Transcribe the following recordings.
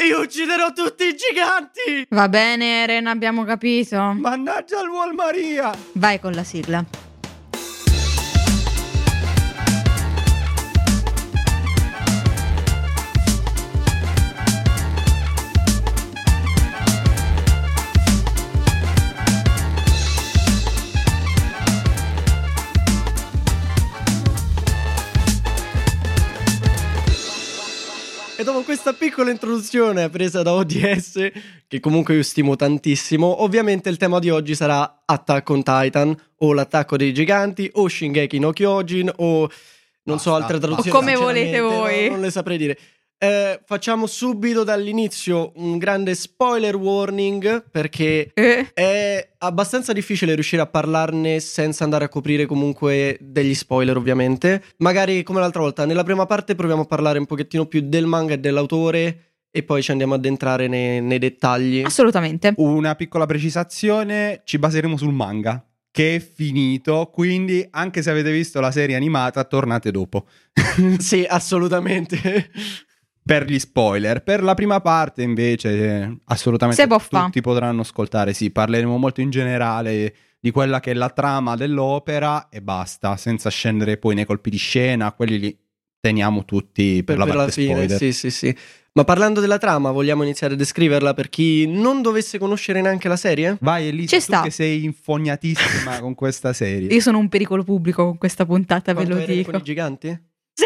Io ucciderò tutti i giganti! Va bene, Eren, abbiamo capito. Mannaggia il Wall Maria! Vai con la sigla. E dopo questa piccola introduzione presa da ODS, che comunque io stimo tantissimo, ovviamente il tema di oggi sarà Attack on Titan, o l'attacco dei giganti, o Shingeki no Kyojin, o non so altre traduzioni. O come volete voi. Non le saprei dire. Facciamo subito dall'inizio un grande spoiler warning, perché è abbastanza difficile riuscire a parlarne senza andare a coprire comunque degli spoiler, ovviamente. Magari come l'altra volta, nella prima parte proviamo a parlare un pochettino più del manga e dell'autore e poi ci andiamo ad entrare nei dettagli. Assolutamente. Una piccola precisazione, ci baseremo sul manga, che è finito, quindi anche se avete visto la serie animata, tornate dopo. Sì, assolutamente. Per gli spoiler. Per la prima parte invece assolutamente tutti potranno ascoltare. Sì, parleremo molto in generale di quella che è la trama dell'opera e basta, senza scendere poi nei colpi di scena. Quelli li teniamo tutti per la parte fine, spoiler. Sì. Ma parlando della trama, vogliamo iniziare a descriverla per chi non dovesse conoscere neanche la serie? Vai Elisa, tu che sei infognatissima con questa serie. Io sono un pericolo pubblico con questa puntata, ve lo dico. Con i giganti? Sì!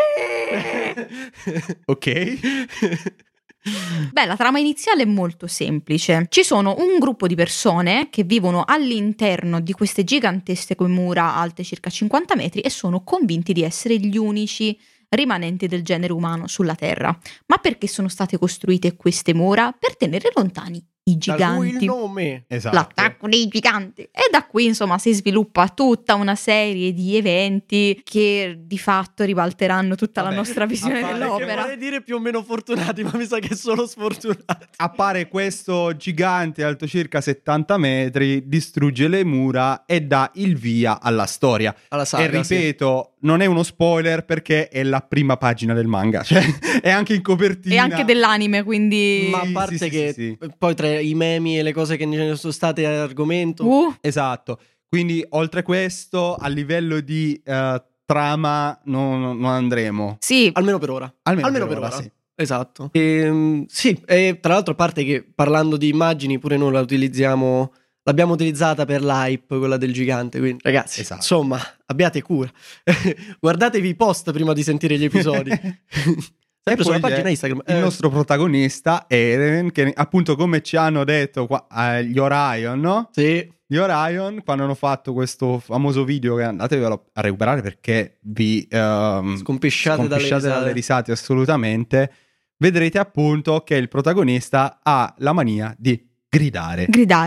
Ok. Beh, la trama iniziale è molto semplice. Ci sono un gruppo di persone che vivono all'interno di queste gigantesche mura alte circa 50 metri e sono convinti di essere gli unici rimanenti del genere umano sulla Terra. Ma perché sono state costruite queste mura? Per tenere lontani i giganti. Da lui il nome. Esatto. L'attacco dei giganti. E da qui insomma si sviluppa tutta una serie di eventi che di fatto ribalteranno tutta la nostra visione dell'opera. Vorrei dire più o meno fortunati, ma mi sa che è solo sfortunati. Appare questo gigante alto circa 70 metri, distrugge le mura e dà il via alla storia. Alla saga, e ripeto, non è uno spoiler perché è la prima pagina del manga, cioè è anche in copertina. E anche dell'anime, quindi... Ma a parte sì. Poi tra i memi e le cose che ne sono state argomento. Esatto. Quindi oltre questo, a livello di trama non andremo. Sì. Almeno per ora. Almeno per ora. Sì. Esatto. Sì, e tra l'altro a parte che parlando di immagini pure noi l'abbiamo utilizzata per l'hype, quella del gigante, quindi ragazzi, esatto. Insomma, abbiate cura. Guardatevi i post prima di sentire gli episodi. Sempre sulla pagina Instagram. Il nostro protagonista Eren, che appunto come ci hanno detto gli Orion, no? Sì. Gli Orion, quando hanno fatto questo famoso video che andatevelo a recuperare perché vi scompisciate dalle risate assolutamente, vedrete appunto che il protagonista ha la mania di gridare,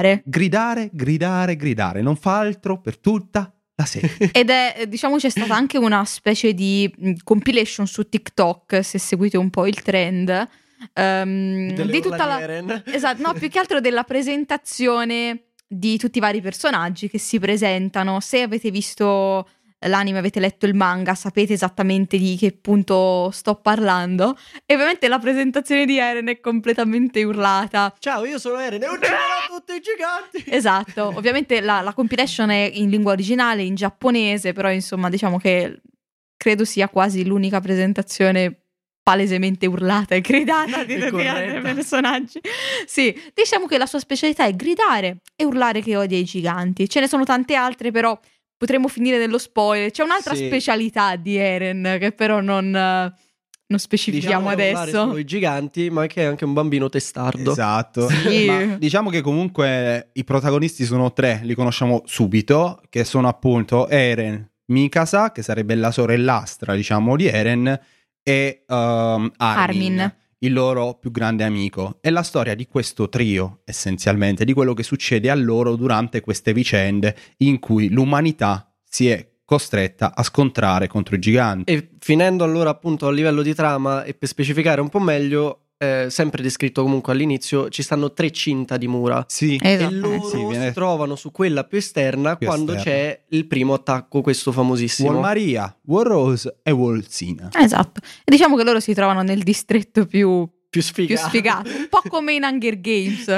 non fa altro per tutta la serie. Ed è, diciamo, c'è stata anche una specie di compilation su TikTok, se seguite un po' il trend, di tutta la... Esatto, no, più che altro della presentazione di tutti i vari personaggi che si presentano. Se avete visto l'anime, avete letto il manga, sapete esattamente di che punto sto parlando. E ovviamente la presentazione di Eren è completamente urlata. Ciao, io sono Eren e ucciderò tutti i giganti. Esatto, ovviamente la compilation è in lingua originale, in giapponese, però insomma diciamo che credo sia quasi l'unica presentazione palesemente urlata e gridata di tutti gli altri personaggi. Sì, diciamo che la sua specialità è gridare e urlare che odia i giganti. Ce ne sono tante altre, però potremmo finire nello spoiler. C'è un'altra specialità di Eren che però non specifichiamo adesso. Solo i giganti, ma che è anche un bambino testardo. Esatto. Sì. Ma diciamo che comunque i protagonisti sono tre, li conosciamo subito, che sono appunto Eren, Mikasa, che sarebbe la sorellastra, diciamo, di Eren, e Armin, il loro più grande amico. È la storia di questo trio, essenzialmente, di quello che succede a loro durante queste vicende in cui l'umanità si è costretta a scontrare contro i giganti. E finendo allora appunto a livello di trama, e per specificare un po' meglio, sempre descritto comunque all'inizio, ci stanno 3 cinta di mura. Sì, e loro si trovano su quella più esterna quando c'è il primo attacco, questo famosissimo Wall Maria, Wall Rose e Wall Sina. Esatto. E diciamo che loro si trovano nel distretto più più sfigato. Un po' come in Hunger Games.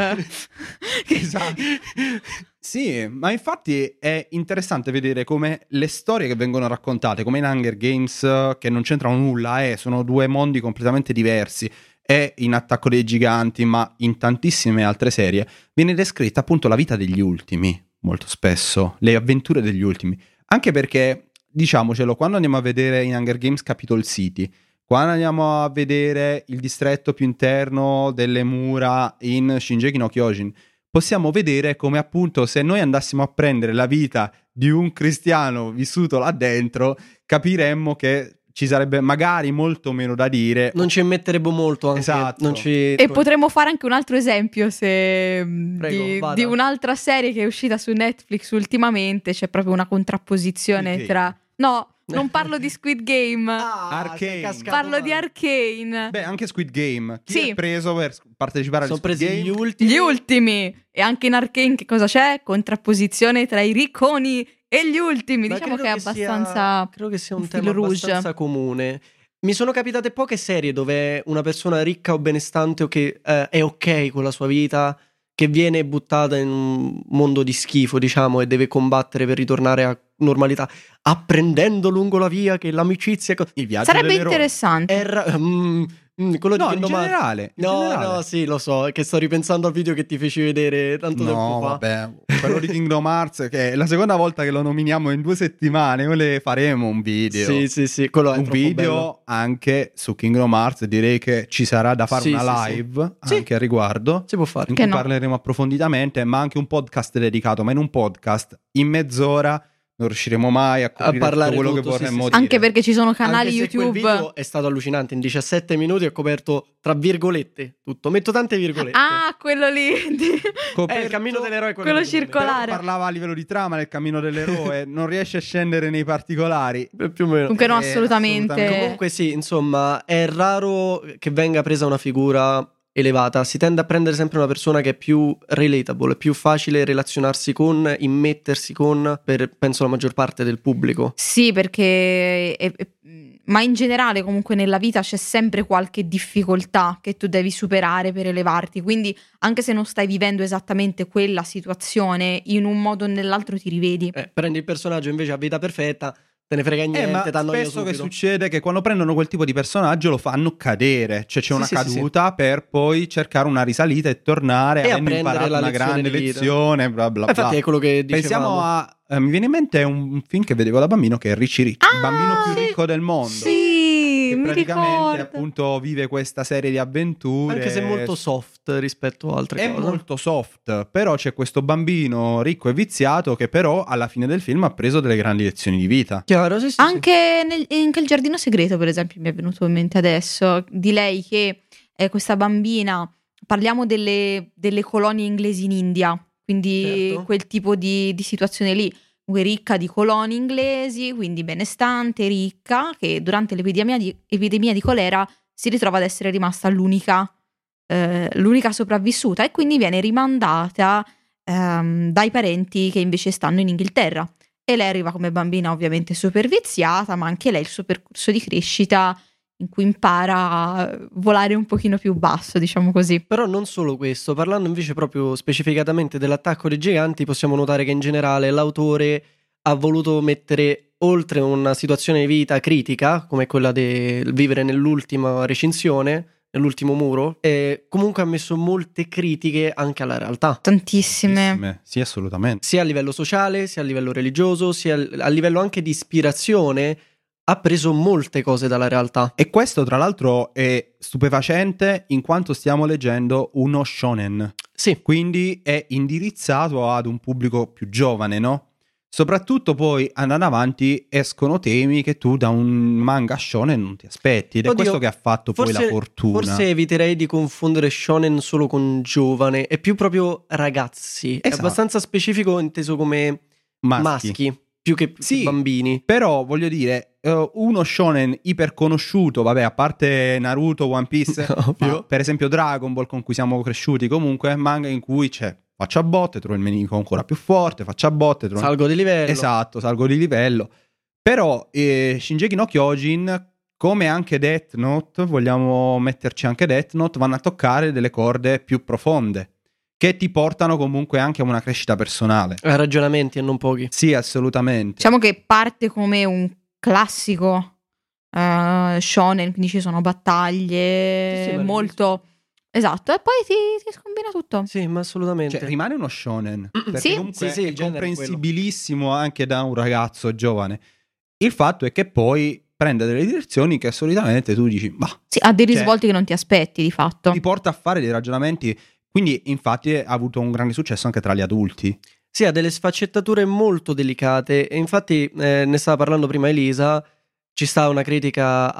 Esatto. Sì, ma infatti è interessante vedere come le storie che vengono raccontate, come in Hunger Games, che non c'entrano nulla, sono due mondi completamente diversi, e in Attacco dei Giganti, ma in tantissime altre serie, viene descritta appunto la vita degli ultimi, molto spesso, le avventure degli ultimi. Anche perché, diciamocelo, quando andiamo a vedere in Hunger Games Capitol City, quando andiamo a vedere il distretto più interno delle mura in Shingeki no Kyojin, possiamo vedere come appunto se noi andassimo a prendere la vita di un cristiano vissuto là dentro, capiremmo che ci sarebbe magari molto meno da dire. Non ci metterebbe molto anche. Esatto. E potremmo fare anche un altro esempio Prego, di un'altra serie che è uscita su Netflix ultimamente. C'è proprio una contrapposizione tra... No, non parlo di Squid Game. Arcane. Parlo di Arcane. Beh, anche Squid Game. Chi Sì. è preso per partecipare a Sono Squid presi Game? gli ultimi. Gli ultimi. E anche in Arcane che cosa c'è? Contrapposizione tra i ricconi e gli ultimi. Ma diciamo credo che è abbastanza... credo che sia un un tema fil rouge. abbastanza comune. Mi sono capitate poche serie dove una persona ricca o benestante o che è ok con la sua vita, che viene buttata in un mondo di schifo, diciamo, e deve combattere per ritornare a normalità, apprendendo lungo la via che l'amicizia Il viaggio Sarebbe dell'eroe. interessante. quello di No, in Kingdom Hearts. generale. No, sì, lo so, che sto ripensando al video che ti feci vedere tanto tempo No, fa. vabbè, quello di Kingdom Hearts, che è la seconda volta che lo nominiamo in 2 settimane, noi le faremo un video. Sì, quello è Un troppo video bello. anche su Kingdom Hearts, direi che ci sarà da fare Sì, una sì, live sì. anche a riguardo, Si può fare. in Che cui no. parleremo approfonditamente, ma anche un podcast dedicato, ma in un podcast in mezz'ora non riusciremo mai a coprire parlare tutto quello tutto, che sì, vorremmo sì, dire. Anche perché ci sono canali Anche se quel YouTube. video è stato allucinante, in 17 minuti ho coperto tra virgolette tutto, metto tante virgolette. Ah, quello lì. È il cammino dell'eroe, quello circolare. Però parlava a livello di trama nel cammino dell'eroe, non riesce a scendere nei particolari. Più o meno. Comunque no, assolutamente. assolutamente. Comunque sì, insomma, è raro che venga presa una figura elevata, si tende a prendere sempre una persona che è più relatable, è più facile relazionarsi con, immettersi con, per penso la maggior parte del pubblico. Sì, perché ma in generale comunque nella vita c'è sempre qualche difficoltà che tu devi superare per elevarti, quindi anche se non stai vivendo esattamente quella situazione, in un modo o nell'altro ti rivedi. Prendi il personaggio invece a vita perfetta, te ne frega Ma niente, t'annoia spesso che subito. succede che quando prendono quel tipo di personaggio lo fanno cadere, cioè c'è Sì, una sì, caduta per poi cercare una risalita e tornare E avendo apprendere imparato la una lezione grande di vita. lezione, bla bla bla. Infatti è quello che dicevamo. Pensiamo a mi viene in mente un film che vedevo da bambino che è Ricci Ricci, il bambino più sì. ricco del mondo. Sì, Che mi praticamente ricordo. appunto vive questa serie di avventure. Anche se è molto soft rispetto a altre È cose. molto soft, però c'è questo bambino ricco e viziato che però alla fine del film ha preso delle grandi lezioni di vita. Chiaro, sì, sì, Anche anche il giardino segreto, per esempio, mi è venuto in mente adesso, di lei che è questa bambina, parliamo delle colonie inglesi in India, quindi Certo. quel tipo di situazione lì, ricca di colonie inglesi, quindi benestante, ricca, che durante l'epidemia di colera si ritrova ad essere rimasta l'unica sopravvissuta e quindi viene rimandata dai parenti che invece stanno in Inghilterra. E lei arriva come bambina ovviamente super viziata, ma anche lei il suo percorso di crescita in cui impara a volare un pochino più basso, diciamo così. Però non solo questo, parlando invece proprio specificatamente dell'attacco dei giganti, possiamo notare che in generale l'autore ha voluto mettere, oltre una situazione di vita critica, come quella del vivere nell'ultima recinzione, nell'ultimo muro, e comunque ha messo molte critiche anche alla realtà. Tantissime. Sì, assolutamente. Sia a livello sociale, sia a livello religioso, sia a livello anche di ispirazione, ha preso molte cose dalla realtà. E questo tra l'altro è stupefacente in quanto stiamo leggendo uno shonen, Sì, quindi è indirizzato ad un pubblico più giovane, no? Soprattutto poi andando avanti escono temi che tu da un manga shonen non ti aspetti ed è Oddio, questo che ha fatto poi la fortuna. Forse eviterei di confondere shonen solo con giovane, è più proprio ragazzi, è Esatto. abbastanza specifico inteso come maschi più che Sì. bambini. Però voglio dire, uno shonen iperconosciuto, vabbè, a parte Naruto, One Piece, Ovvio. ma per esempio Dragon Ball con cui siamo cresciuti, comunque manga in cui c'è faccia a botte, trovo il nemico ancora più forte, faccia a botte, trovo... Salgo di livello. Esatto, salgo di livello. Però Shingeki no Kyojin come anche Death Note, vogliamo metterci anche Death Note, vanno a toccare delle corde più profonde, che ti portano comunque anche a una crescita personale. Ragionamenti e non pochi. Sì, assolutamente. Diciamo che parte come un classico shonen, quindi ci sono battaglie, Sì, molto... Esatto, e poi ti scombina tutto. Sì, ma assolutamente. Cioè, rimane uno shonen, perché Sì. comunque Sì, è il genere è comprensibilissimo anche da un ragazzo giovane. Il fatto è che poi prende delle direzioni che solitamente tu dici, ma Sì, ha dei Cioè, risvolti che non ti aspetti di fatto. ti porta a fare dei ragionamenti. Quindi, infatti, ha avuto un grande successo anche tra gli adulti. Sì, ha delle sfaccettature molto delicate e infatti ne stava parlando prima Elisa, ci sta una critica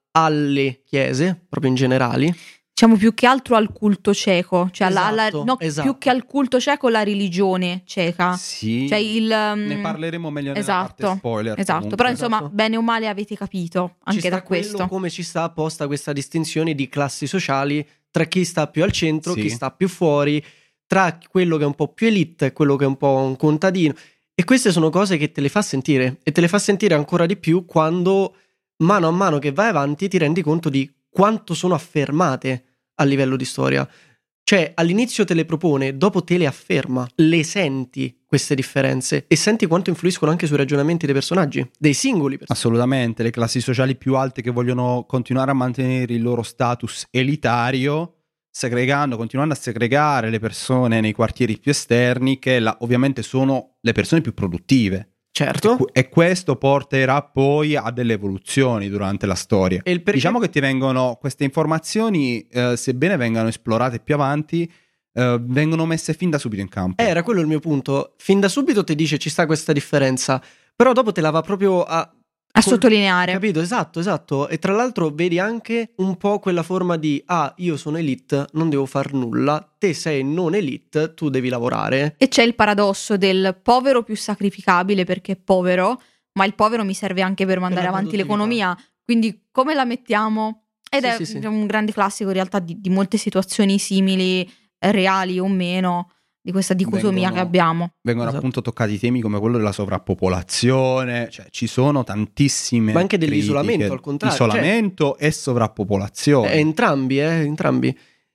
alle chiese, proprio in generali. Diciamo più che altro al culto cieco, cioè Esatto, no, esatto. più che al culto cieco la religione cieca. Sì, Cioè ne parleremo meglio nella parte spoiler. Esatto, comunque. però insomma, Esatto. bene o male avete capito Ci anche sta da questo. quello, come ci sta apposta questa distinzione di classi sociali tra chi sta più al centro, Sì. chi sta più fuori, tra quello che è un po' più elite e quello che è un po' un contadino. E queste sono cose che te le fa sentire e te le fa sentire ancora di più quando mano a mano che vai avanti ti rendi conto di quanto sono affermate a livello di storia. Cioè all'inizio te le propone, dopo te le afferma, le senti queste differenze e senti quanto influiscono anche sui ragionamenti dei personaggi, dei singoli personaggi. Assolutamente, le classi sociali più alte che vogliono continuare a mantenere il loro status elitario, continuando a segregare le persone nei quartieri più esterni, che ovviamente sono le persone più produttive. Certo. E questo porterà poi a delle evoluzioni durante la storia. E il perché- Diciamo che ti vengono queste informazioni, sebbene vengano esplorate più avanti, vengono messe fin da subito in campo. Era quello il mio punto. Fin da subito ti dice ci sta questa differenza, però dopo te la va proprio a sottolineare. Capito? Esatto. E tra l'altro vedi anche un po' quella forma di io sono elite, non devo far nulla, te sei non elite, tu devi lavorare. E c'è il paradosso del povero più sacrificabile perché è povero, ma il povero mi serve anche per mandare la avanti produttività. l'economia. Quindi come la mettiamo? Ed Sì, è sì. un grande classico in realtà di molte situazioni simili, reali o meno, di questa dicotomia che abbiamo. Vengono Esatto. appunto toccati temi come quello della sovrappopolazione, cioè ci sono tantissime Ma anche dell'isolamento, critiche. al contrario. Isolamento e sovrappopolazione. Entrambi.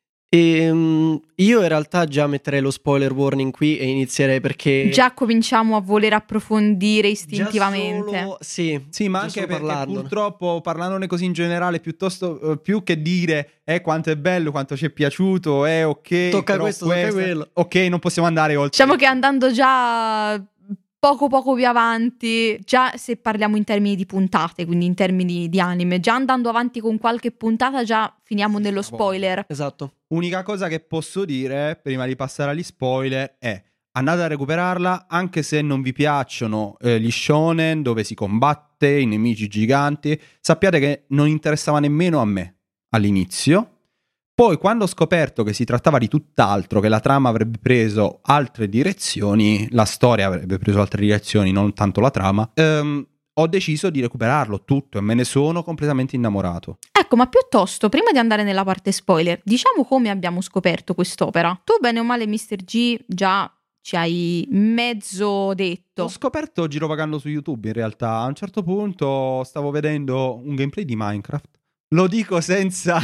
E io in realtà già metterei lo spoiler warning qui e inizierei perché Già cominciamo a voler approfondire istintivamente. già solo, Sì, ma già anche solo perché parlandone. purtroppo parlandone così in generale, piuttosto più che dire quanto è bello, quanto ci è piaciuto, ok, Tocca però questo, tocca quello. ok, non possiamo andare oltre. Diciamo che andando già poco più avanti, già se parliamo in termini di puntate, quindi in termini di anime, già andando avanti con qualche puntata già finiamo nello spoiler. Esatto. Unica cosa che posso dire prima di passare agli spoiler è: andate a recuperarla, anche se non vi piacciono gli shonen dove si combatte, i nemici giganti, sappiate che non interessava nemmeno a me all'inizio. Poi quando ho scoperto che si trattava di tutt'altro, che la trama avrebbe preso altre direzioni, la storia avrebbe preso altre direzioni, non tanto la trama, ho deciso di recuperarlo tutto e me ne sono completamente innamorato. Ecco, ma piuttosto, prima di andare nella parte spoiler, diciamo come abbiamo scoperto quest'opera. Tu, bene o male, Mr. G, già ci hai mezzo detto. L'ho scoperto girovagando su YouTube, in realtà. A un certo punto stavo vedendo un gameplay di Minecraft. Lo dico senza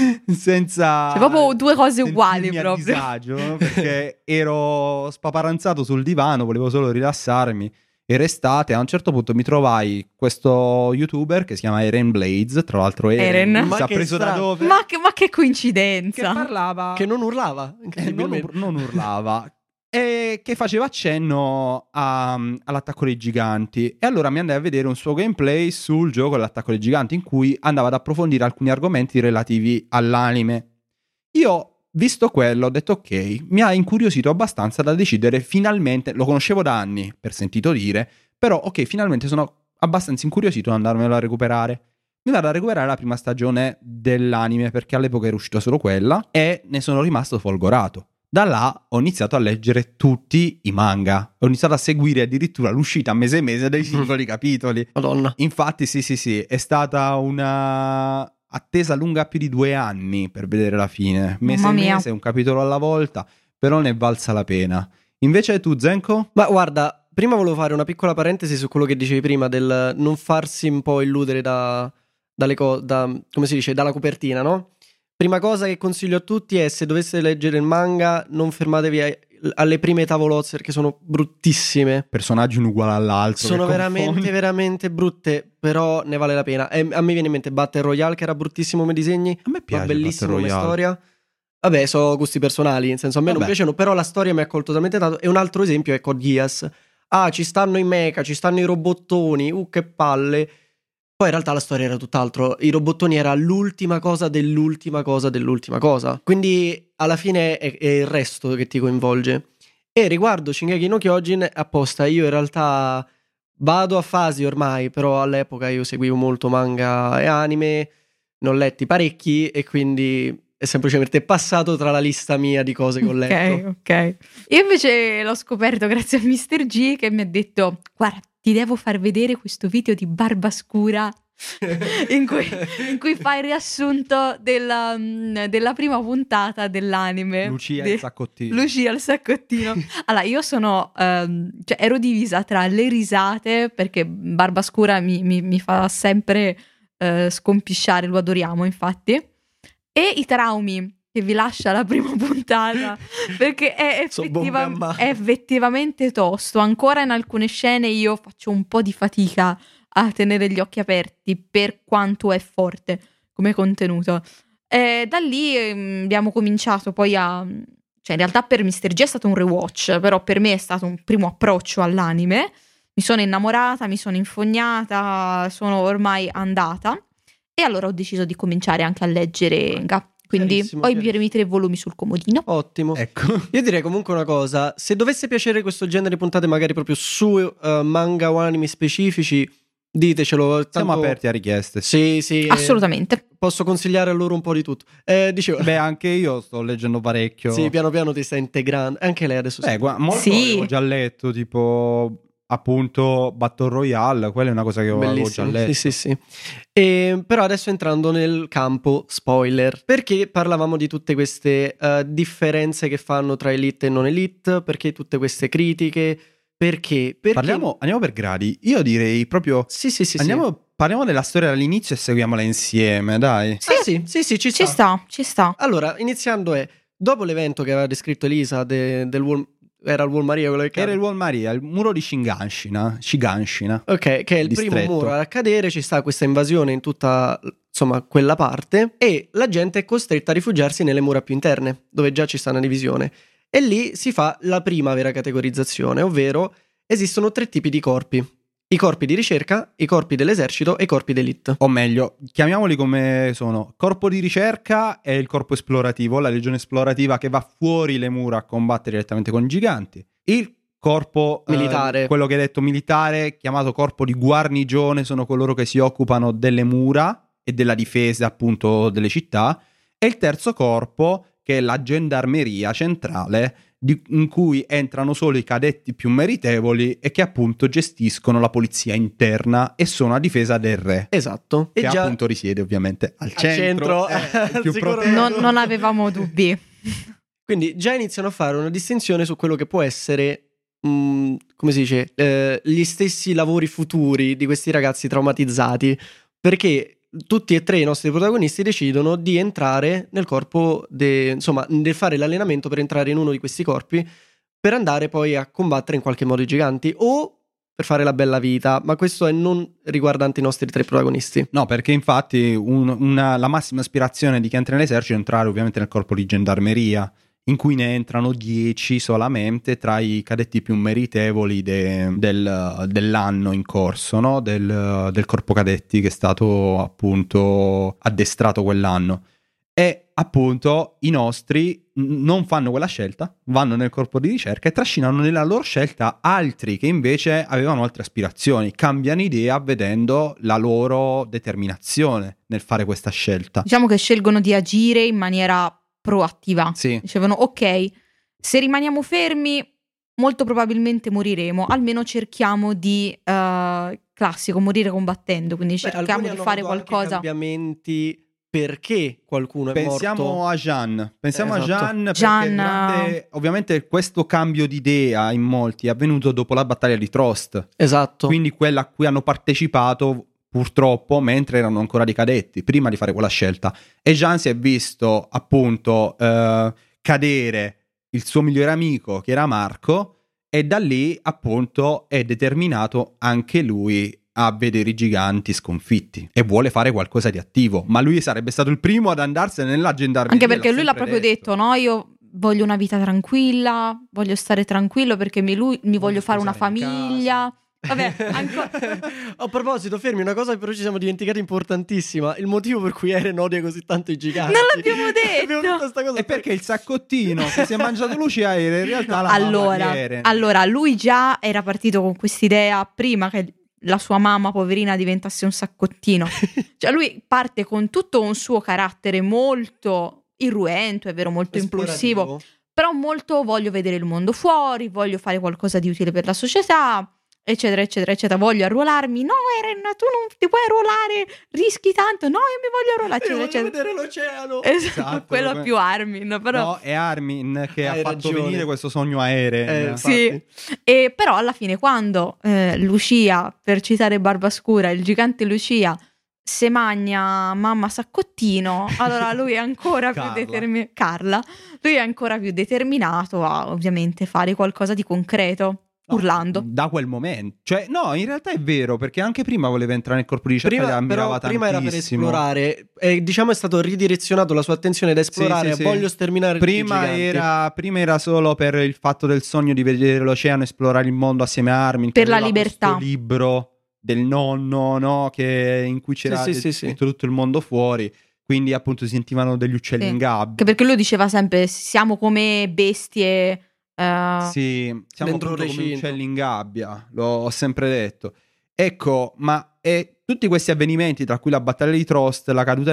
Sei proprio due cose uguali sentirmi a proprio. disagio, perché ero spaparanzato sul divano, volevo solo rilassarmi. Era estate, a un certo punto mi trovai questo youtuber che si chiama Eren Blades, tra l'altro Eren. Eren, Ma si è che preso da strano. dove? Ma che Che coincidenza. parlava Che non urlava. non, incredibilmente. non urlava, e che faceva accenno all'attacco dei giganti. E allora mi andai a vedere un suo gameplay sul gioco dell'attacco dei giganti, in cui andava ad approfondire alcuni argomenti relativi all'anime. Io, visto quello, ho detto ok, mi ha incuriosito abbastanza da decidere finalmente, lo conoscevo da anni per sentito dire, però ok, finalmente sono abbastanza incuriosito ad andarmelo a recuperare. Mi vado a recuperare la prima stagione dell'anime, perché all'epoca era uscita solo quella, e ne sono rimasto folgorato. Da là ho iniziato a leggere tutti i manga. Ho iniziato a seguire addirittura l'uscita mese e mese dei singoli capitoli. Madonna. Infatti sì, è stata una attesa lunga più di 2 anni per vedere la fine. Mese Mamma e mia. mese, un capitolo alla volta, però ne è valsa la pena. Invece tu, Zenko? Ma guarda, prima volevo fare una piccola parentesi su quello che dicevi prima del non farsi un po' illudere da come si dice, dalla copertina, no? Prima cosa che consiglio a tutti è, se doveste leggere il manga, non fermatevi alle prime tavolozze, perché sono bruttissime. Personaggi uno uguale all'altro. Sono veramente, veramente brutte, però ne vale la pena. A me viene in mente Battle Royale, che era bruttissimo come disegni, A me piace ma bellissimo come Battle Royale. storia. Vabbè, so gusti personali, nel senso, a me non piacciono, però la storia mi ha colto talmente tanto. E un altro esempio è Code Geass. Ci stanno i mecha, ci stanno i robottoni, che palle. Poi in realtà la storia era tutt'altro. I robottoni era l'ultima cosa dell'ultima cosa dell'ultima cosa. Quindi alla fine è il resto che ti coinvolge. E riguardo Shingeki no Kyojin, apposta, io in realtà vado a fasi ormai, però all'epoca io seguivo molto manga e anime, ne ho letti parecchi e quindi è semplicemente passato tra la lista mia di cose che ho letto. Ok. Io invece l'ho scoperto grazie a Mr. G, che mi ha detto: guarda, ti devo far vedere questo video di Barbascura in cui fa il riassunto della prima puntata dell'anime. Lucia il saccottino. Lucia il saccottino. Allora, io sono ero divisa tra le risate, perché Barbascura mi fa sempre scompisciare, lo adoriamo infatti, e i traumi che vi lascia la prima puntata, perché è effettivamente tosto. Ancora in alcune scene io faccio un po' di fatica a tenere gli occhi aperti per quanto è forte come contenuto. Da lì abbiamo cominciato poi cioè in realtà per Mr. G è stato un rewatch, però per me è stato un primo approccio all'anime. Mi sono innamorata, mi sono infognata, sono ormai andata, e allora ho deciso di cominciare anche a leggere manga. Quindi ho i primi 3 volumi sul comodino. Ottimo. Ecco. Io direi comunque una cosa: se dovesse piacere questo genere di puntate, magari proprio su manga o anime specifici, ditecelo. Tanto... Siamo aperti a richieste. Sì. Assolutamente. Posso consigliare a loro un po' di tutto. Dicevo... Beh, anche io sto leggendo parecchio. Sì, piano piano ti stai integrando. Anche lei adesso. Molto avevo già letto, tipo... appunto Battle Royale, quella è una cosa che avevo già letto. Sì. Però adesso entrando nel campo spoiler, perché parlavamo di tutte queste differenze che fanno tra elite e non elite, perché tutte queste critiche, perché... Andiamo per gradi. Io direi proprio parliamo della storia dall'inizio e seguiamola insieme, dai. Sì, ci sta. Allora, iniziando dopo l'evento che aveva descritto Elisa del Wall... Era il Wall Maria quello che cade? Era il Wall Maria, il muro di Shiganshina. Ok, che è il primo muro a cadere. Ci sta questa invasione in tutta, insomma, quella parte, e la gente è costretta a rifugiarsi nelle mura più interne, dove già ci sta una divisione. E lì si fa la prima vera categorizzazione, ovvero esistono 3 tipi di corpi: i corpi di ricerca, i corpi dell'esercito e i corpi d'elite. O meglio, chiamiamoli come sono. Corpo di ricerca è il corpo esplorativo, la legione esplorativa che va fuori le mura a combattere direttamente con i giganti. Il corpo militare, quello che hai detto militare, chiamato corpo di guarnigione, sono coloro che si occupano delle mura e della difesa appunto delle città. E il terzo corpo, che è la gendarmeria centrale, in cui entrano solo i cadetti più meritevoli e che appunto gestiscono la polizia interna e sono a difesa del re. Esatto. Che appunto risiede ovviamente al centro. Più non avevamo dubbi. Quindi già iniziano a fare una distinzione su quello che può essere, come si dice, gli stessi lavori futuri di questi ragazzi traumatizzati, perché tutti e 3 i nostri protagonisti decidono di entrare nel corpo, insomma, di fare l'allenamento per entrare in uno di questi corpi, per andare poi a combattere in qualche modo i giganti o per fare la bella vita. Ma questo è non riguardante i nostri 3 protagonisti. No, perché infatti la massima aspirazione di chi entra nell'esercito è entrare ovviamente nel corpo di gendarmeria, in cui ne entrano 10 solamente tra i cadetti più meritevoli dell'anno in corso, no? Del corpo cadetti che è stato appunto addestrato quell'anno. E appunto i nostri non fanno quella scelta, vanno nel corpo di ricerca e trascinano nella loro scelta altri che invece avevano altre aspirazioni, cambiano idea vedendo la loro determinazione nel fare questa scelta. Diciamo che scelgono di agire in maniera proattiva. Sì. Dicevano: ok, se rimaniamo fermi molto probabilmente moriremo, almeno cerchiamo di classico, morire combattendo, quindi cerchiamo di fare qualcosa. Cambiamenti, perché qualcuno è morto. A Jean. Pensiamo esatto. a Jean, ovviamente questo cambio di idea in molti è avvenuto dopo la battaglia di Trost. Esatto. Quindi quella a cui hanno partecipato purtroppo, mentre erano ancora dei cadetti, prima di fare quella scelta. E Jean si è visto appunto cadere il suo migliore amico, che era Marco, e da lì appunto è determinato anche lui a vedere i giganti sconfitti e vuole fare qualcosa di attivo, ma lui sarebbe stato il primo ad andarsene nella gendarmeria. Anche perché lui l'ha proprio detto, no? Io voglio una vita tranquilla, voglio stare tranquillo perché mi voglio fare una famiglia. Vabbè, ancora. A proposito, fermi, una cosa che però ci siamo dimenticati importantissima: il motivo per cui Eren odia così tanto i giganti. Non l'abbiamo detto. È perché il saccottino che si è mangiato Lucia era in realtà la mamma di Eren. Allora, lui già era partito con quest'idea prima che la sua mamma poverina diventasse un saccottino. Cioè lui parte con tutto un suo carattere molto irruento, è vero, molto impulsivo, però molto voglio vedere il mondo fuori, voglio fare qualcosa di utile per la società, eccetera eccetera eccetera, voglio arruolarmi. No Eren, tu non ti puoi arruolare, rischi tanto. No, io mi voglio arruolare, eccetera, voglio eccetera. vedere l'oceano. Esatto, quello più Armin, però no, è Armin che ha fatto ragione. venire questo sogno a Eren. Sì. E però alla fine quando Lucia, per citare Barbascura, il gigante Lucia se magna mamma saccottino, allora lui è ancora più determinato. Carla, lui è ancora più determinato a ovviamente fare qualcosa di concreto. Urlando da quel momento, cioè no, in realtà è vero, perché anche prima voleva entrare nel corpo di ricerca, prima era per esplorare, e diciamo è stato ridirezionato la sua attenzione da esplorare. Sì. Voglio sterminare prima era solo per il fatto del sogno di vedere l'oceano, esplorare il mondo assieme a Armin, per la libertà. Questo libro del nonno, no, in cui c'era tutto il mondo fuori, quindi appunto si sentivano degli uccelli in gabbia. Che perché lui diceva sempre siamo come bestie. Sì, siamo come uccelli in gabbia, l'ho sempre detto. Ecco, ma tutti questi avvenimenti, tra cui la battaglia di Trost, la caduta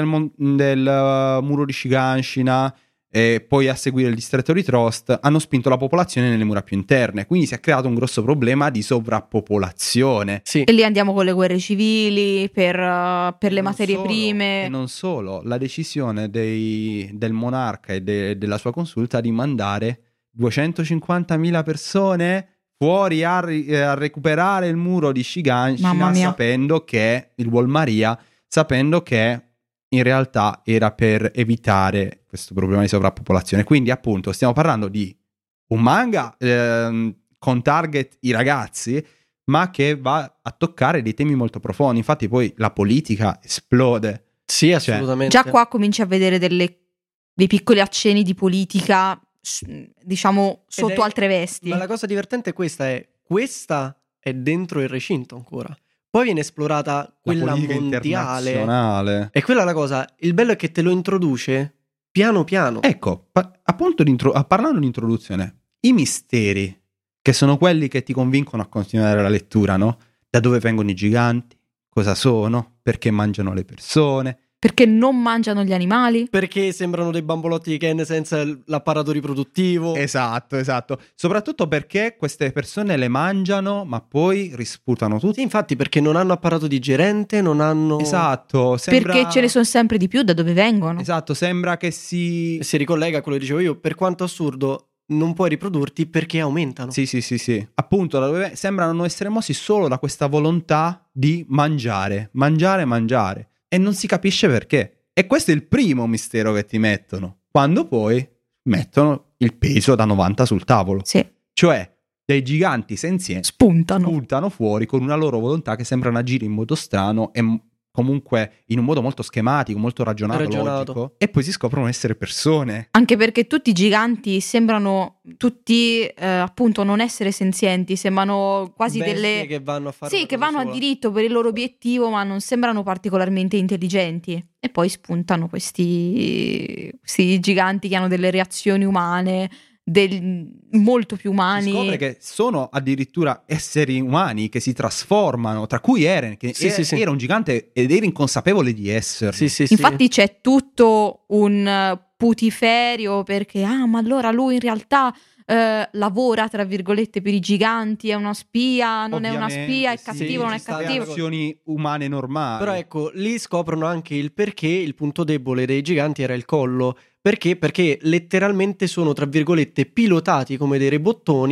del muro di Shiganshina e poi a seguire il distretto di Trost, hanno spinto la popolazione nelle mura più interne, quindi si è creato un grosso problema di sovrappopolazione. Sì. E lì andiamo con le guerre civili per le materie prime. E non solo, la decisione del monarca e della sua consulta di mandare 250.000 persone fuori a recuperare il muro di Shiganshina, sapendo che il Wall Maria, sapendo che in realtà era per evitare questo problema di sovrappopolazione. Quindi appunto stiamo parlando di un manga con target i ragazzi, ma che va a toccare dei temi molto profondi. Infatti poi la politica esplode. Sì, assolutamente. Già qua cominci a vedere dei piccoli accenni di politica, diciamo sotto altre vesti. Ma la cosa divertente è questa è dentro il recinto ancora. Poi viene esplorata quella mondiale. E quella è la cosa. Il bello è che te lo introduce piano piano. Ecco, appunto parlando di introduzione, i misteri, che sono quelli che ti convincono a continuare la lettura, no? Da dove vengono i giganti? Cosa sono? Perché mangiano le persone? Perché non mangiano gli animali? Perché sembrano dei bambolotti di Ken senza l'apparato riproduttivo. Esatto. Soprattutto perché queste persone le mangiano, ma poi risputano tutto. Sì, infatti, perché non hanno apparato digerente, non hanno... Esatto. Perché ce ne sono sempre di più, da dove vengono? Esatto, sembra che si ricollega a quello che dicevo io. Per quanto assurdo, non puoi riprodurti perché aumentano. Sì. Appunto, da dove sembrano essere mossi solo da questa volontà di mangiare. E non si capisce perché. E questo è il primo mistero che ti mettono, quando poi mettono il peso da 90 sul tavolo. Sì. Cioè, dei giganti senzienti spuntano fuori con una loro volontà che sembrano agire in modo strano e comunque in un modo molto schematico, molto ragionato. Logico, e poi si scoprono essere persone. Anche perché tutti i giganti sembrano appunto non essere senzienti, sembrano quasi bestie che vanno a fare che vanno a diritto per il loro obiettivo, ma non sembrano particolarmente intelligenti. E poi spuntano questi giganti che hanno delle reazioni umane, molto più umani. Si scopre che sono addirittura esseri umani che si trasformano, tra cui Eren, che era un gigante ed era inconsapevole di esserlo. Infatti c'è tutto un putiferio perché ma allora lui in realtà lavora tra virgolette per i giganti, è una spia, non è una spia, è cattivo, non è cattivo. Azioni umane normali. Però ecco, lì scoprono anche il perché il punto debole dei giganti era il collo. Perché? Perché letteralmente sono, tra virgolette, pilotati come dei rebottoni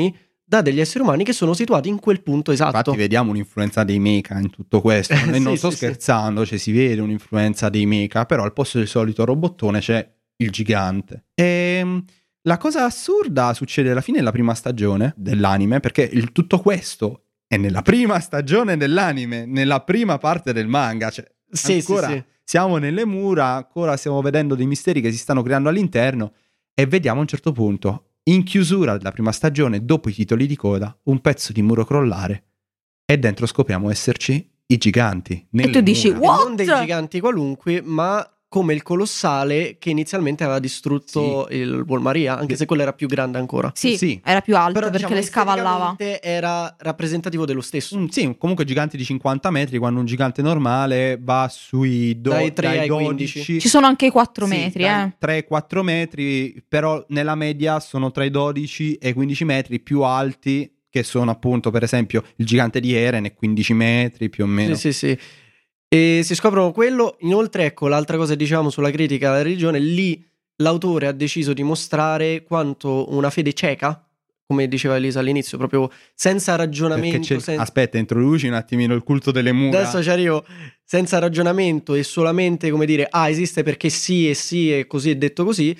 da degli esseri umani che sono situati in quel punto esatto. Infatti vediamo un'influenza dei mecha in tutto questo, e non sto scherzando, cioè si vede un'influenza dei mecha, però al posto del solito robottone c'è il gigante. E la cosa assurda succede alla fine della prima stagione dell'anime, perché tutto questo è nella prima stagione dell'anime, nella prima parte del manga, cioè ancora siamo nelle mura, ancora stiamo vedendo dei misteri che si stanno creando all'interno, e vediamo a un certo punto, in chiusura della prima stagione, dopo i titoli di coda, un pezzo di muro crollare, e dentro scopriamo esserci i giganti. E tu dici, what? Non dei giganti qualunque, ma come il colossale che inizialmente aveva distrutto il Volmaria, anche se quello era più grande ancora. Sì, era più alto. Però, perché le scavallava. Era rappresentativo dello stesso. Sì, comunque giganti di 50 metri, quando un gigante normale va sui dai 3 ai 12. 15. Ci sono anche i 4 metri, 3-4 metri, però nella media sono tra i 12 e i 15 metri più alti, che sono appunto per esempio il gigante di Eren, è 15 metri più o meno. Sì. E si scoprono quello. Inoltre, ecco, l'altra cosa che diciamo sulla critica alla religione, lì l'autore ha deciso di mostrare quanto una fede cieca, come diceva Elisa all'inizio, proprio senza ragionamento. Aspetta, introduci un attimino il culto delle mura. Adesso ci arrivo. Senza ragionamento e solamente come dire, esiste perché sì e così è detto così.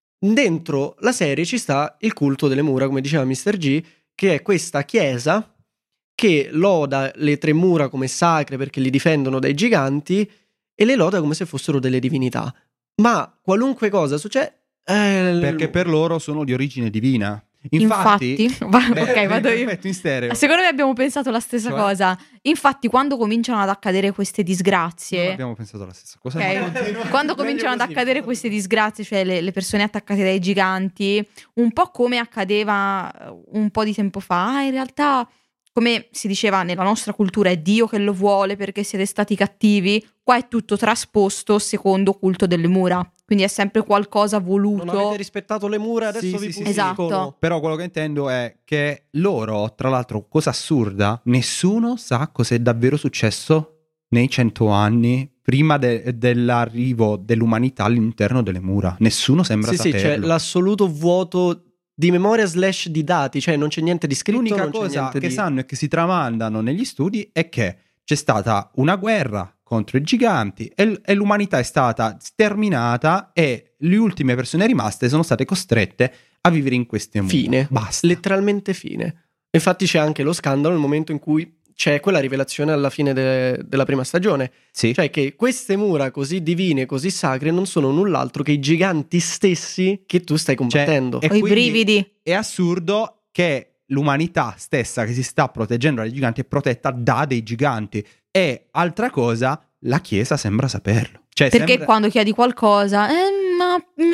Dentro la serie ci sta il culto delle mura, come diceva Mr. G, che è questa chiesa che loda le 3 mura come sacre perché li difendono dai giganti e le loda come se fossero delle divinità. Ma qualunque cosa succede... perché per loro sono di origine divina. Infatti ok, vado io. In stereo. Secondo me abbiamo pensato la stessa cosa. Infatti, quando cominciano ad accadere queste disgrazie, non abbiamo pensato la stessa cosa. Quando cominciano ad accadere queste disgrazie, cioè le persone attaccate dai giganti, un po' come accadeva un po' di tempo fa, in realtà, come si diceva nella nostra cultura, è Dio che lo vuole perché siete stati cattivi. Qua è tutto trasposto secondo culto delle mura. Quindi è sempre qualcosa voluto. Non avete rispettato le mura, adesso vi puniscono. Esatto. Però quello che intendo è che loro, tra l'altro, cosa assurda, nessuno sa cos'è davvero successo nei 100 anni prima dell'arrivo dell'umanità all'interno delle mura. Nessuno sembra saperlo. Sì, c'è l'assoluto vuoto di memoria / di dati, cioè non c'è niente di scritto. L'unica cosa che sanno e che si tramandano negli studi è che c'è stata una guerra contro i giganti e l'umanità è stata sterminata e le ultime persone rimaste sono state costrette a vivere in queste mura. Fine. Basta. Letteralmente fine. Infatti c'è anche lo scandalo nel momento in cui c'è quella rivelazione alla fine della prima stagione. Sì. Cioè che queste mura così divine, così sacre, non sono null'altro che i giganti stessi che tu stai combattendo. Ho i brividi. È assurdo che l'umanità stessa che si sta proteggendo dai giganti è protetta da dei giganti. E altra cosa, la Chiesa sembra saperlo. Cioè, perché quando chiedi qualcosa, no, più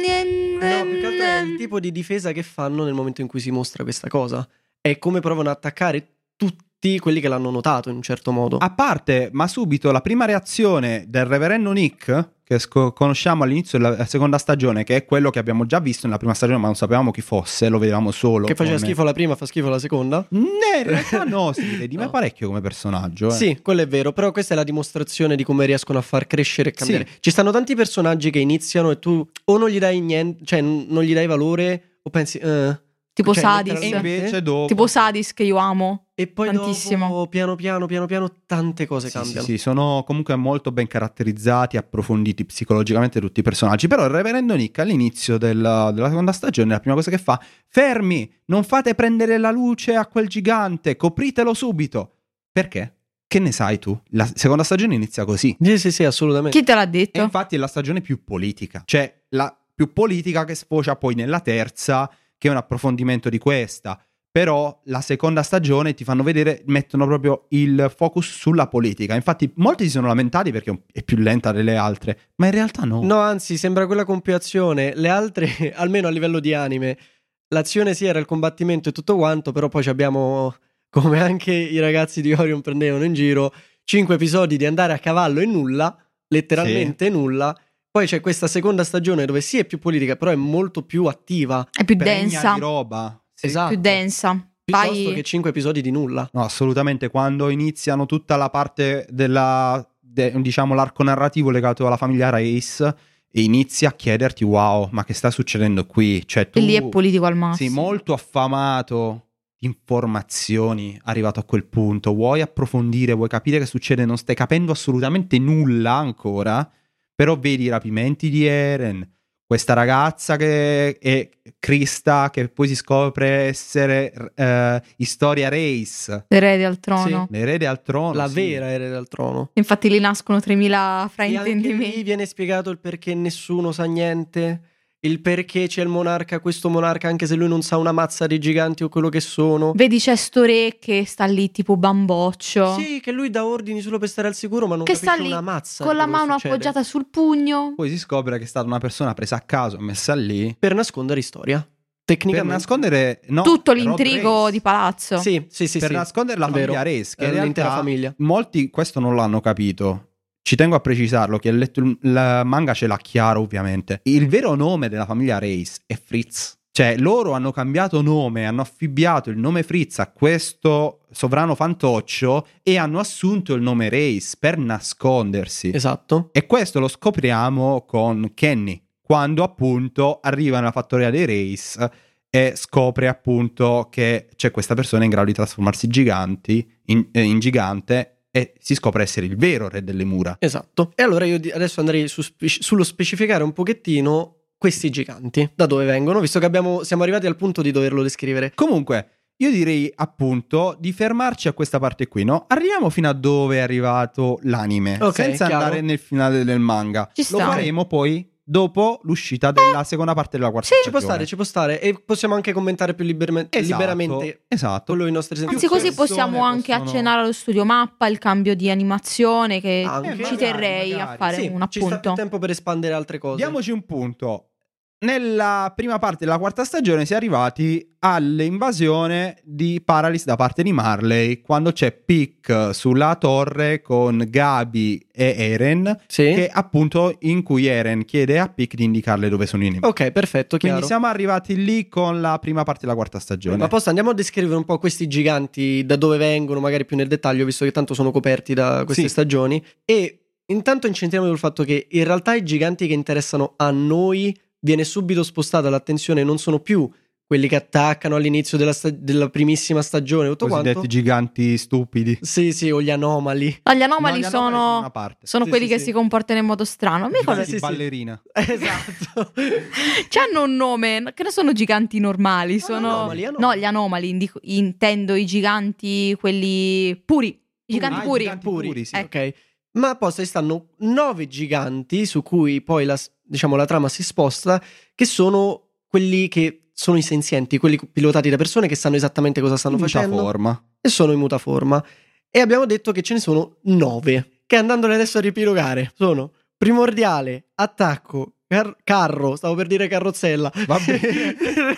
che altro è il tipo di difesa che fanno nel momento in cui si mostra questa cosa. È come provano a attaccare tutti quelli che l'hanno notato in un certo modo. A parte, ma subito la prima reazione del reverendo Nick, che conosciamo all'inizio della seconda stagione, che è quello che abbiamo già visto nella prima stagione ma non sapevamo chi fosse, lo vedevamo solo. Che faceva schifo la prima, fa schifo la seconda? In realtà no, si vede di me parecchio come personaggio. Sì, quello è vero, però questa è la dimostrazione di come riescono a far crescere e cambiare. Sì. Ci stanno tanti personaggi che iniziano e tu o non gli dai niente, cioè non gli dai valore o pensi... tipo Sadis. Sadis. E invece dopo... Tipo Sadis che io amo. E poi tantissimo. Dopo, piano piano, tante cose cambiano. Sì, sono comunque molto ben caratterizzati, approfonditi psicologicamente tutti i personaggi. Però il reverendo Nick all'inizio della seconda stagione, la prima cosa che fa: fermi, non fate prendere la luce a quel gigante, copritelo subito. Perché? Che ne sai tu? La seconda stagione inizia così. Sì, assolutamente. Chi te l'ha detto? E infatti è la stagione più politica. Cioè, la più politica che sfocia poi nella terza, che è un approfondimento di questa. Però la seconda stagione ti fanno vedere, mettono proprio il focus sulla politica. Infatti molti si sono lamentati perché è più lenta delle altre, ma in realtà no. No, anzi, sembra quella con più azione. Le altre, almeno a livello di anime, l'azione sì era il combattimento e tutto quanto, però poi abbiamo, come anche i ragazzi di Orion prendevano in giro, 5 episodi di andare a cavallo e nulla, letteralmente nulla. Poi c'è questa seconda stagione dove sì è più politica, però è molto più attiva. È più densa. Di roba. Sì. Esatto. Più densa. Piuttosto che 5 episodi di nulla. No, assolutamente. Quando iniziano tutta la parte diciamo l'arco narrativo legato alla famiglia Race, e inizi a chiederti wow, ma che sta succedendo qui? Cioè, tu, e lì è politico al massimo. Sì, molto affamato di informazioni arrivato a quel punto, vuoi approfondire, vuoi capire che succede, non stai capendo assolutamente nulla ancora, però vedi i rapimenti di Eren, questa ragazza che è Krista, che poi si scopre essere Historia Reis, L'erede al trono. Sì. l'erede al trono, La sì. vera erede al trono. Infatti lì nascono 3000 E anche fraintendimenti. lì viene spiegato il perché nessuno sa niente, il perché c'è il monarca, questo monarca, anche se lui non sa una mazza dei giganti o quello che sono. Vedi c'è sto re che sta lì tipo bamboccio, Sì, che lui dà ordini solo per stare al sicuro, ma non che capisce sta lì una mazza con di la quello che mano succede. appoggiata sul pugno. Poi si scopre che è stata una persona presa a caso, messa lì, Per nascondere storia. per Tecnicamente. nascondere Tutto Rod l'intrigo Reis. di palazzo. Sì, Per sì. nascondere la È vero. famiglia Reis, che in L'intera realtà famiglia. molti questo non l'hanno capito. Ci tengo a precisarlo, chi ha letto il manga ce l'ha chiaro ovviamente. Il vero nome della famiglia Reis è Fritz. Cioè loro hanno cambiato nome, hanno affibbiato il nome Fritz a questo sovrano fantoccio e hanno assunto il nome Reis per nascondersi. Esatto. E questo lo scopriamo con Kenny, quando appunto arriva nella fattoria dei Reis e scopre appunto che c'è questa persona in grado di trasformarsi in gigante e si scopre essere il vero re delle mura. Esatto. E allora io adesso andrei sullo specificare un pochettino questi giganti, da dove vengono, visto che siamo arrivati al punto di doverlo descrivere. Comunque, io direi appunto di fermarci a questa parte qui, no? Arriviamo fino a dove è arrivato l'anime, Ok, senza chiaro. andare nel finale del manga. Ci Lo sta. faremo poi dopo l'uscita della seconda parte della quarta stagione. Ci può stare. E possiamo anche commentare più liberamente Esatto. quello i nostri esempi. Anzi, così persone possiamo anche possono- accennare allo studio mappa, il cambio di animazione, che Anche. ci Magari, terrei a magari. fare Sì, un ci sta più appunto. tempo per espandere altre cose. Diamoci un punto. Nella prima parte della quarta stagione si è arrivati all'invasione di Paralis da parte di Marley, quando c'è Pick sulla torre con Gabi e Eren, Sì. che appunto in cui Eren chiede a Pick di indicarle dove sono i nemici. Ok, perfetto, chiaro. Quindi siamo arrivati lì con la prima parte della quarta stagione. Ma posta, andiamo a descrivere un po' questi giganti, da dove vengono, magari più nel dettaglio, visto che tanto sono coperti da queste Sì. stagioni. E intanto incentriamo sul fatto che in realtà i giganti che interessano a noi viene subito spostata l'attenzione, non sono più quelli che attaccano all'inizio della primissima stagione, tutto Cosiddetti quanto. giganti stupidi. Sì, o gli anomali. No, gli anomali No, gli anomali sono, una parte. sono Sì, quelli sì, che sì. si comportano in modo strano. Mi ricordo, Giganti sì. ballerina. Esatto. c'hanno un nome, che non sono giganti normali, sono... anomali. No, gli anomali, intendo i giganti, quelli puri. I giganti Ah, i puri. giganti puri, sì. Ok. Ma poi stanno 9 giganti su cui poi la trama si sposta, che sono quelli che sono i senzienti, quelli pilotati da persone che sanno esattamente cosa stanno In facendo mutaforma. e sono in mutaforma. E abbiamo detto che ce ne sono 9, che andandole adesso a riepilogare sono primordiale, attacco, carro, stavo per dire carrozzella. Va bene.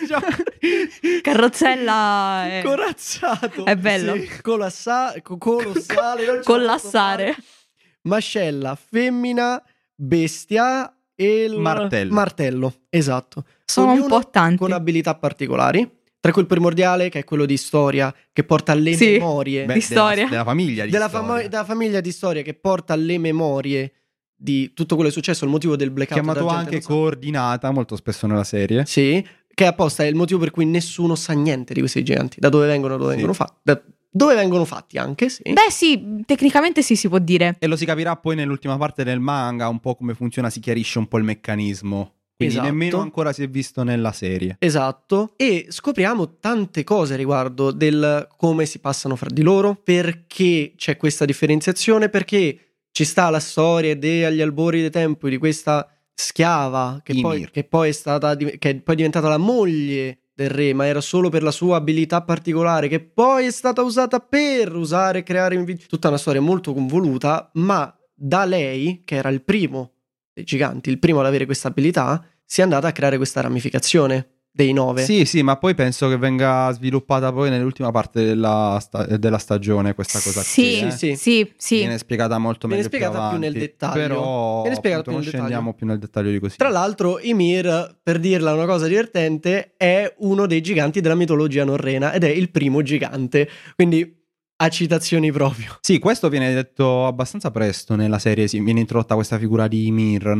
Carrozzella è... Corazzato. È bello. Sì, colossale. non ce la posso Collassare. fare. Mascella, femmina, bestia e il Martello. Esatto. Sono un Ognuno po' tanti. con abilità particolari. Tra cui il primordiale, che è quello di storia, che porta alle Sì. memorie Beh, Di storia. della famiglia di della, storia. della famiglia di storia, che porta alle memorie di tutto quello che è successo, il motivo del blackout. Chiamato della gente anche non sa. coordinata molto spesso nella serie. Sì, che apposta è il motivo per cui nessuno sa niente di questi giganti, da dove vengono, Sì. dove vengono fatti anche, sì. Beh sì, tecnicamente sì, si può dire. E lo si capirà poi nell'ultima parte del manga, un po' come funziona, si chiarisce un po' il meccanismo. Quindi Esatto. nemmeno ancora si è visto nella serie. Esatto, e scopriamo tante cose riguardo del come si passano fra di loro, perché c'è questa differenziazione, perché ci sta la storia agli albori dei tempi di questa schiava che Ymir. poi è poi diventata la moglie del re, ma era solo per la sua abilità particolare, che poi è stata usata per usare e creare tutta una storia molto convoluta, ma da lei, che era il primo dei giganti, il primo ad avere questa abilità, si è andata a creare questa ramificazione dei 9. Sì, ma poi penso che venga sviluppata poi nell'ultima parte della stagione questa cosa Sì, qui. sì. Viene spiegata molto Viene meglio spiegata più nel avanti, dettaglio. Però Viene spiegata appunto, più non nel scendiamo più nel dettaglio di così. Tra l'altro, Ymir, per dirla una cosa divertente, è uno dei giganti della mitologia norrena ed è il primo gigante. Quindi a citazioni proprio. Sì, questo viene detto abbastanza presto nella serie, viene introdotta questa figura di Ymir, no?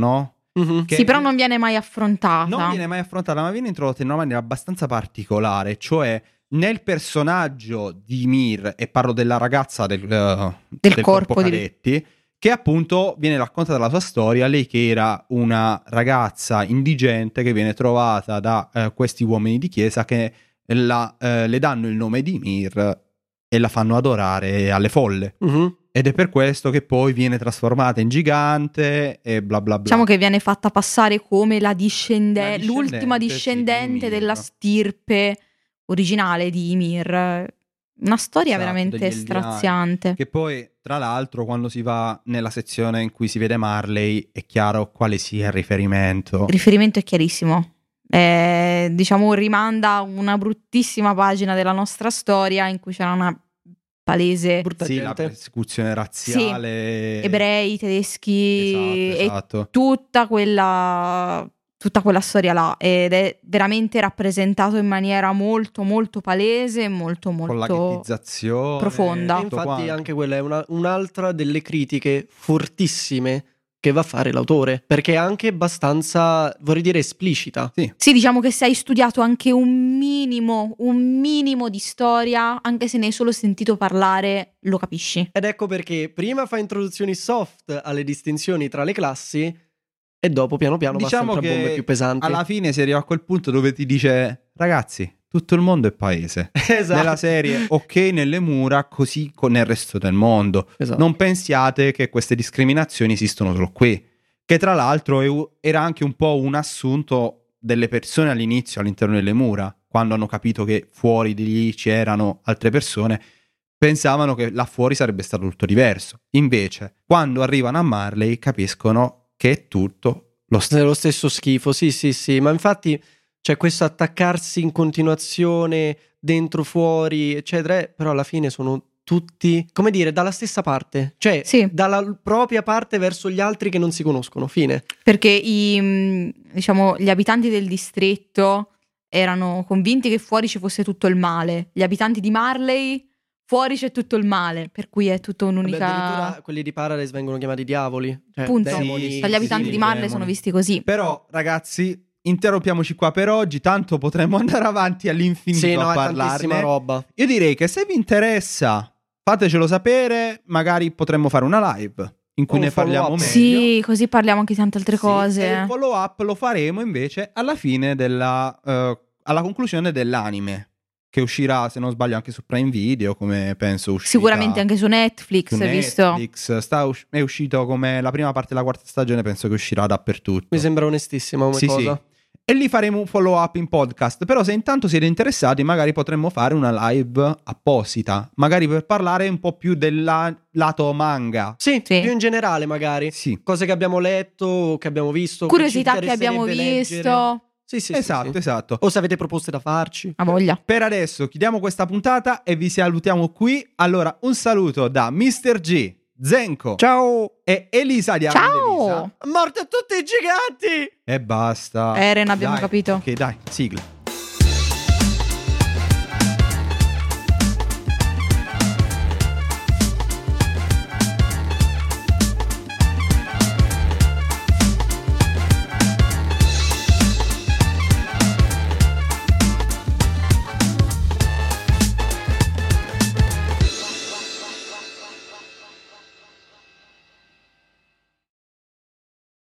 Sì, però non viene mai affrontata. Non viene mai affrontata, ma viene introdotta in una maniera abbastanza particolare, cioè nel personaggio di Ymir, e parlo della ragazza del corpo cadetti, che appunto viene raccontata la sua storia, lei che era una ragazza indigente che viene trovata da questi uomini di chiesa che le danno il nome di Ymir e la fanno adorare alle folle. Ed è per questo che poi viene trasformata in gigante e bla bla bla. Diciamo che viene fatta passare come l'ultima discendente della stirpe originale di Ymir. Una storia veramente straziante. Che poi, tra l'altro, quando si va nella sezione in cui si vede Marley, è chiaro quale sia il riferimento. Il riferimento è chiarissimo. Diciamo, rimanda a una bruttissima pagina della nostra storia in cui c'era una palese la persecuzione razziale. Sì. Ebrei, tedeschi, esatto. E tutta quella storia là, ed è veramente rappresentato in maniera molto molto palese, molto con la ghettizzazione profonda. E infatti anche quella è un'altra delle critiche fortissime che va a fare l'autore, perché è anche abbastanza, vorrei dire, esplicita. Sì, diciamo che se hai studiato anche un minimo di storia, anche se ne hai solo sentito parlare, lo capisci. Ed ecco perché prima fa introduzioni soft alle distinzioni tra le classi e dopo piano piano diciamo va sempre a bombe più pesanti. Alla fine si arriva a quel punto dove ti dice: ragazzi, tutto il mondo è paese. Esatto. Nella serie, ok, nelle mura, così nel resto del mondo. Esatto. Non pensiate che queste discriminazioni esistono solo qui. Che tra l'altro era anche un po' un assunto delle persone all'inizio all'interno delle mura, quando hanno capito che fuori di lì c'erano altre persone, pensavano che là fuori sarebbe stato tutto diverso. Invece, quando arrivano a Marley, capiscono che è tutto lo stesso schifo. Sì, ma infatti c'è questo attaccarsi in continuazione dentro, fuori, eccetera, però alla fine sono tutti, come dire, dalla stessa parte, cioè dalla propria parte verso gli altri che non si conoscono, fine. Perché diciamo, gli abitanti del distretto erano convinti che fuori ci fosse tutto il male, gli abitanti di Marley fuori c'è tutto il male, per cui è tutto un'unica... Addirittura quelli di Paradise vengono chiamati diavoli, cioè punto. Demoni. Gli abitanti di Marley sono visti così. Però ragazzi, interrompiamoci qua per oggi, tanto potremmo andare avanti all'infinito a parlarne. È tantissima roba. Io direi che se vi interessa, fatecelo sapere, magari potremmo fare una live in cui ne parliamo meglio. Sì, così parliamo anche di tante altre cose. E il follow up lo faremo invece alla fine alla conclusione dell'anime, che uscirà, se non sbaglio, anche su Prime Video, come penso uscirà. Sicuramente anche su Netflix, visto. È uscito come la prima parte della quarta stagione, penso che uscirà dappertutto. Mi sembra onestissima come cosa. Sì. E lì faremo un follow up in podcast. Però se intanto siete interessati, magari potremmo fare una live apposita, magari per parlare un po' più del lato manga. Sì, più in generale magari. Sì. Cose che abbiamo letto, che abbiamo visto, curiosità che abbiamo visto. Sì. Esatto. O se avete proposte da farci. A voglia. Per adesso chiudiamo questa puntata e vi salutiamo qui. Allora, un saluto da Mr. G, Zenko, ciao, e Elisa di Ciao. Morte a tutti i giganti. E basta. Eren, abbiamo Dai. capito. Ok, dai, sigla.